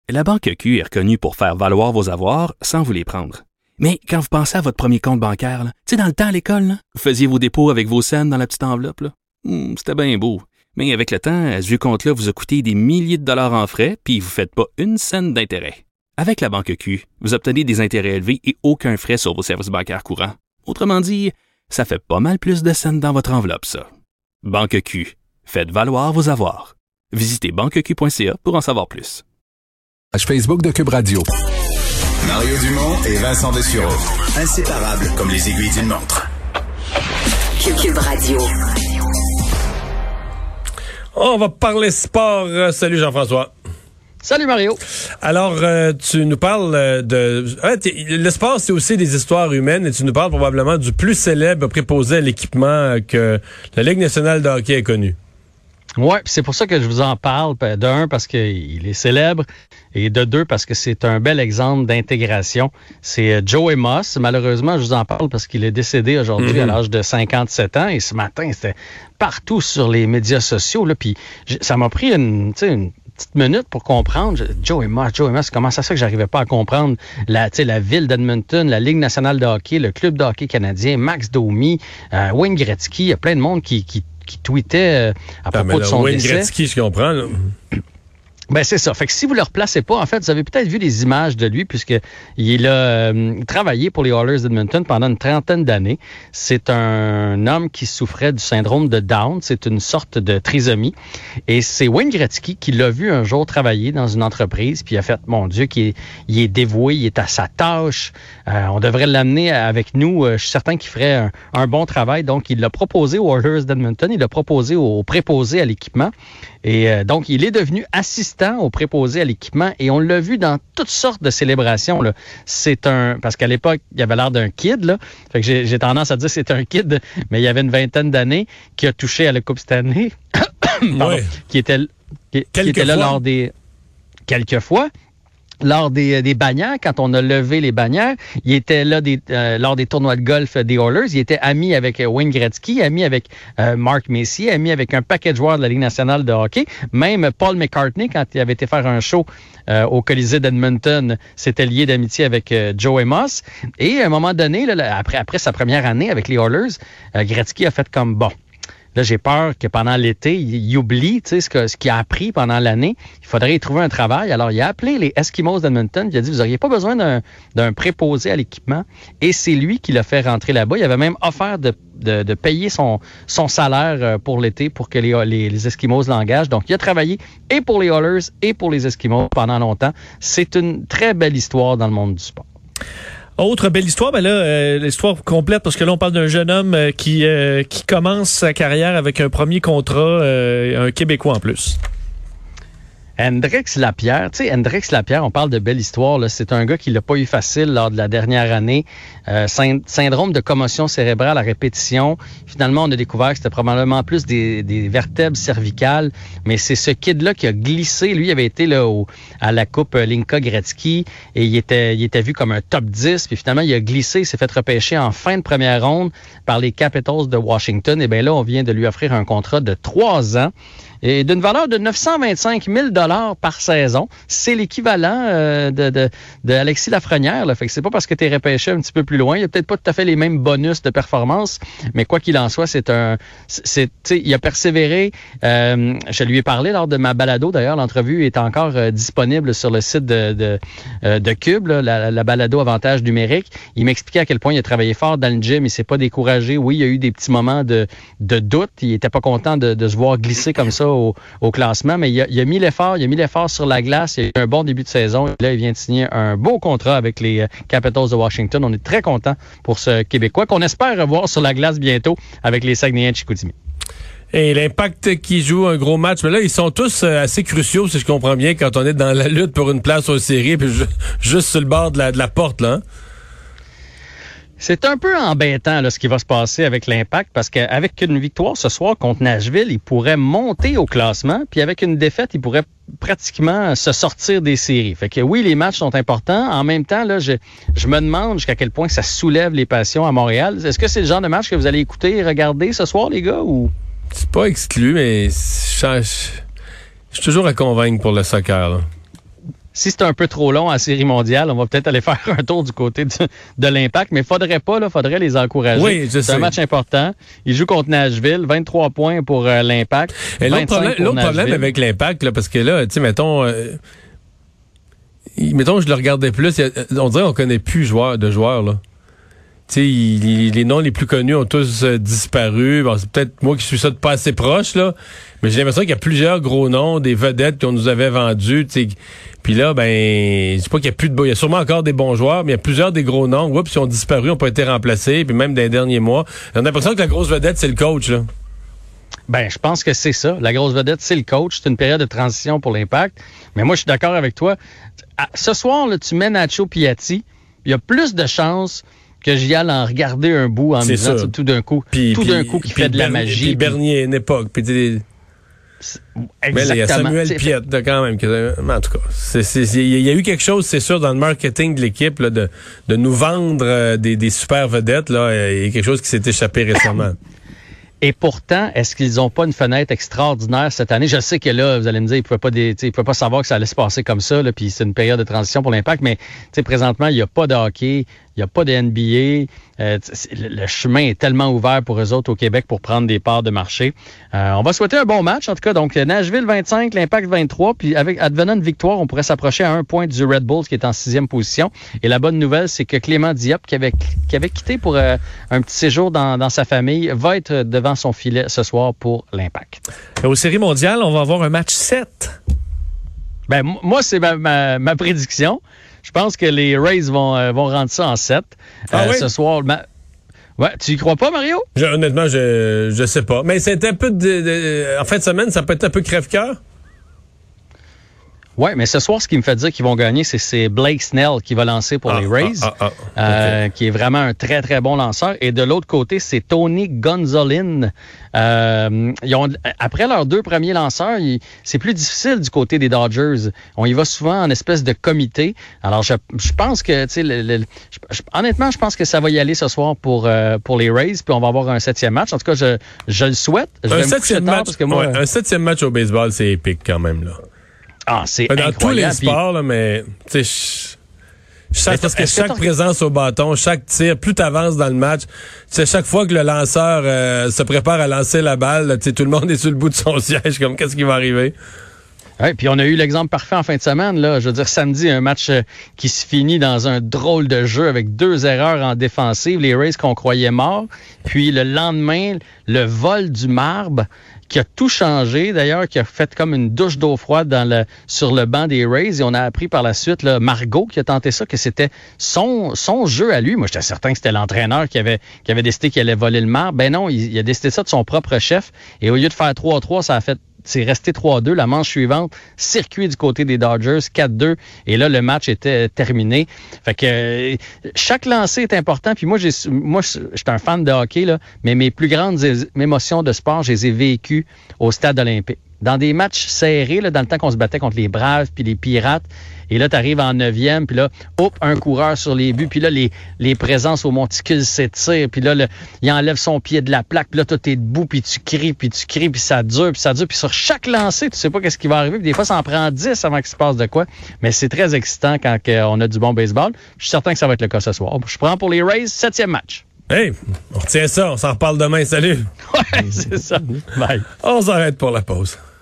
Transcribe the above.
La Banque Q est reconnue pour faire valoir vos avoirs sans vous les prendre. Mais quand vous pensez à votre premier compte bancaire, tu sais, dans le temps à l'école, là, vous faisiez vos dépôts avec vos scènes dans la petite enveloppe. Là. C'était bien beau. Mais avec le temps, ce vieux compte-là vous a coûté des milliers de dollars en frais, puis vous ne faites pas une scène d'intérêt. Avec la Banque Q, vous obtenez des intérêts élevés et aucun frais sur vos services bancaires courants. Autrement dit, ça fait pas mal plus de scènes dans votre enveloppe, ça. Banque Q. Faites valoir vos avoirs. Visitez banqueq.ca pour en savoir plus. Page Facebook de Cube Radio. Mario Dumont et Vincent Dessureau. Inséparables comme les aiguilles d'une montre. Cube Radio. On va parler sport. Salut Jean-François. Salut Mario. Alors, tu nous parles de... le sport, c'est aussi des histoires humaines et tu nous parles probablement du plus célèbre préposé à l'équipement que la Ligue nationale de hockey ait connu. Ouais, c'est pour ça que je vous en parle. De un, parce qu'il est célèbre, et de deux, parce que c'est un bel exemple d'intégration. C'est Joey Moss. Malheureusement, je vous en parle parce qu'il est décédé aujourd'hui à l'âge de 57 ans. Et ce matin, c'était partout sur les médias sociaux. Là, puis ça m'a pris une petite minute pour comprendre. Joey Moss, comment ça se fait que j'arrivais pas à comprendre la ville d'Edmonton, la Ligue nationale de hockey, le club de hockey canadien, Max Domi, Wayne Gretzky. Il y a plein de monde qui tweetait à propos de son Wayne décès. Gretzky, je comprends. Là. Ben c'est ça. Fait que si vous le replacez pas, en fait, vous avez peut-être vu des images de lui puisque il a travaillé pour les Oilers d'Edmonton pendant une trentaine d'années. C'est un homme qui souffrait du syndrome de Down. C'est une sorte de trisomie. Et c'est Wayne Gretzky qui l'a vu un jour travailler dans une entreprise puis il a fait, mon Dieu, il est dévoué, il est à sa tâche. On devrait l'amener avec nous. Je suis certain qu'il ferait un bon travail. Donc, il l'a proposé aux Oilers d'Edmonton. Il l'a proposé aux préposés à l'équipement. Et donc, il est devenu assistant au préposé à l'équipement et on l'a vu dans toutes sortes de célébrations. Là. Parce qu'à l'époque, il avait l'air d'un kid. Là. Fait que j'ai tendance à dire que c'est un kid, mais il y avait une vingtaine d'années qui a touché à la Coupe Stanley, pardon, qui était là lors des... Quelques fois. Lors des bannières, quand on a levé les bannières, il était là lors des tournois de golf des Oilers. Il était ami avec Wayne Gretzky, ami avec Mark Messier, ami avec un paquet de joueurs de la Ligue nationale de hockey. Même Paul McCartney, quand il avait été faire un show au Colisée d'Edmonton, s'était lié d'amitié avec Joey Moss. Et à un moment donné, là, après sa première année avec les Oilers, Gretzky a fait comme bon. Là, j'ai peur que pendant l'été, il oublie ce qu'il a appris pendant l'année. Il faudrait y trouver un travail. Alors, il a appelé les Eskimos d'Edmonton. Il a dit, vous n'auriez pas besoin d'un préposé à l'équipement. Et c'est lui qui l'a fait rentrer là-bas. Il avait même offert de payer son salaire pour l'été pour que les Eskimos l'engagent. Donc, il a travaillé et pour les Oilers et pour les Eskimos pendant longtemps. C'est une très belle histoire dans le monde du sport. Autre belle histoire, ben là, l'histoire complète, parce que là, on parle d'un jeune homme qui commence sa carrière avec un premier contrat, un Québécois en plus. Hendrix Lapierre, on parle de belle histoire, là. C'est un gars qui l'a pas eu facile lors de la dernière année. Syndrome de commotion cérébrale à répétition. Finalement, on a découvert que c'était probablement plus des vertèbres cervicales, mais c'est ce kid-là qui a glissé. Lui, il avait été là à la Coupe Linka Gretzky et il était vu comme un top 10, puis finalement, il a glissé, il s'est fait repêcher en fin de première ronde par les Capitals de Washington. Et bien là, on vient de lui offrir un contrat de 3 ans. Et d'une valeur de 925 000 $ par saison. C'est l'équivalent de Alexis Lafrenière. Là. Fait que c'est pas parce que tu es repêché un petit peu plus loin. Il n'y a peut-être pas tout à fait les mêmes bonus de performance, mais quoi qu'il en soit, il a persévéré. Je lui ai parlé lors de ma balado. D'ailleurs, l'entrevue est encore disponible sur le site de Cube, là, la balado avantage numérique. Il m'expliquait à quel point il a travaillé fort dans le gym. Il s'est pas découragé. Oui, il y a eu des petits moments de doute. Il était pas content de se voir glisser comme ça au classement, mais il a mis l'effort sur la glace, il a eu un bon début de saison, et là, il vient de signer un beau contrat avec les Capitals de Washington. On est très content pour ce Québécois qu'on espère revoir sur la glace bientôt avec les Saguenayens de Chicoutimi. Et l'Impact qui joue un gros match, mais là, ils sont tous assez cruciaux, si je comprends bien, quand on est dans la lutte pour une place aux séries, puis juste sur le bord de la porte, là. Hein? C'est un peu embêtant là, ce qui va se passer avec l'Impact parce qu'avec une victoire ce soir contre Nashville, il pourrait monter au classement, puis avec une défaite, il pourrait pratiquement se sortir des séries. Fait que oui, les matchs sont importants. En même temps, là, je me demande jusqu'à quel point ça soulève les passions à Montréal. Est-ce que c'est le genre de match que vous allez écouter et regarder ce soir, les gars, ou? C'est pas exclu, mais je suis toujours à convaincre pour le soccer, là. si c'est un peu trop long en Série mondiale, on va peut-être aller faire un tour du côté de l'Impact, mais faudrait les encourager. Oui, c'est un match important. Ils jouent contre Nashville, 23 points pour l'Impact. Et l'autre problème avec l'Impact, là, parce que là, tu sais, mettons, je le regardais plus, on dirait qu'on connaît plus de joueurs, là. Tu sais, les noms les plus connus ont tous disparu. Bon, c'est peut-être moi qui suis ça de pas assez proche, là. Mais j'ai l'impression qu'il y a plusieurs gros noms, des vedettes qu'on nous avait vendus, tu sais. Puis là, je sais pas qu'il y a plus de il y a sûrement encore des bons joueurs, mais il y a plusieurs des gros noms. Oups, ils ont disparu, ont pas été remplacés. Puis même dans les derniers mois, on a l'impression que la grosse vedette, c'est le coach, là. Je pense que c'est ça. La grosse vedette, c'est le coach. C'est une période de transition pour l'Impact. Mais moi, je suis d'accord avec toi. Ce soir, là, tu mets Nacho Piatti, il y a plus de chances que j'y aille en regarder un bout en me disant tout d'un coup qui fait de la magie. Puis Bernier, une époque. Puis mais là, il y a Samuel Piette, quand même. En tout cas, il y a eu quelque chose, c'est sûr, dans le marketing de l'équipe, là, de nous vendre des super vedettes. Là, il y a quelque chose qui s'est échappé récemment. Et pourtant, est-ce qu'ils n'ont pas une fenêtre extraordinaire cette année? Je sais que là, vous allez me dire, ils ne pouvaient pas savoir que ça allait se passer comme ça, là, puis c'est une période de transition pour l'Impact, mais présentement, il n'y a pas de hockey, il n'y a pas de NBA. Le chemin est tellement ouvert pour eux autres au Québec pour prendre des parts de marché. On va souhaiter un bon match, en tout cas. Donc, Nashville 25, l'Impact 23. Puis, advenant une victoire, on pourrait s'approcher à 1 point du Red Bulls qui est en 6e position. Et la bonne nouvelle, c'est que Clément Diop, qui avait quitté pour un petit séjour dans sa famille, va être devant son filet ce soir pour l'Impact. Aux séries mondiales, on va avoir un match 7. Moi, c'est ma prédiction. Je pense que les Rays vont rendre ça en 7 oui? Ce soir. Ouais, tu y crois pas, Mario? Honnêtement, je sais pas. Mais c'est un peu en fin de semaine, ça peut être un peu crève-cœur. Oui, mais ce soir, ce qui me fait dire qu'ils vont gagner, c'est Blake Snell qui va lancer pour les Rays, okay. Qui est vraiment un très, très bon lanceur. Et de l'autre côté, c'est Tony Gonzalez. Après leurs 2 premiers lanceurs, c'est plus difficile du côté des Dodgers. On y va souvent en espèce de comité. Alors, je pense que, honnêtement, je pense que ça va y aller ce soir pour les Rays, puis on va avoir un 7e match. En tout cas, je le souhaite. Un 7e match, un 7e match au baseball, c'est épique quand même, là. Ah, c'est dans incroyable. Tous les sports, là, mais tu sais, parce que chaque présence au bâton, chaque tir, plus t'avances dans le match, chaque fois que le lanceur se prépare à lancer la balle, là, tout le monde est sur le bout de son siège, comme qu'est-ce qui va arriver? Oui, puis on a eu l'exemple parfait en fin de semaine. Là. Je veux dire, samedi, un match qui se finit dans un drôle de jeu avec 2 erreurs en défensive, les Rays qu'on croyait morts. Puis le lendemain, le vol du marbre qui a tout changé, d'ailleurs, qui a fait comme une douche d'eau froide sur le banc des Rays. Et on a appris par la suite, là, Margot qui a tenté ça, que c'était son jeu à lui. Moi, j'étais certain que c'était l'entraîneur qui avait décidé qu'il allait voler le marbre. Ben non, il a décidé ça de son propre chef. Et au lieu de faire 3-3, c'est resté 3-2. La manche suivante, circuit du côté des Dodgers, 4-2. Et là, le match était terminé. Fait que chaque lancer est important. Puis moi, je suis un fan de hockey, là, mais mes plus grandes émotions de sport, je les ai vécues au stade olympique. Dans des matchs serrés, là, dans le temps qu'on se battait contre les Braves puis les Pirates. Et là, tu arrives en 9e, puis là, un coureur sur les buts, puis là, les présences au monticule s'étirent, puis là, il enlève son pied de la plaque, puis là, toi, t'es debout, puis tu cries, puis ça dure, puis sur chaque lancer, tu sais pas qu'est-ce qui va arriver, puis des fois, ça en prend 10 avant qu'il se passe de quoi, mais c'est très excitant quand on a du bon baseball. Je suis certain que ça va être le cas ce soir. Je prends pour les Rays, 7e match. Hey, on retient ça, on s'en reparle demain, salut! Ouais, c'est ça. Bye. On s'arrête pour la pause.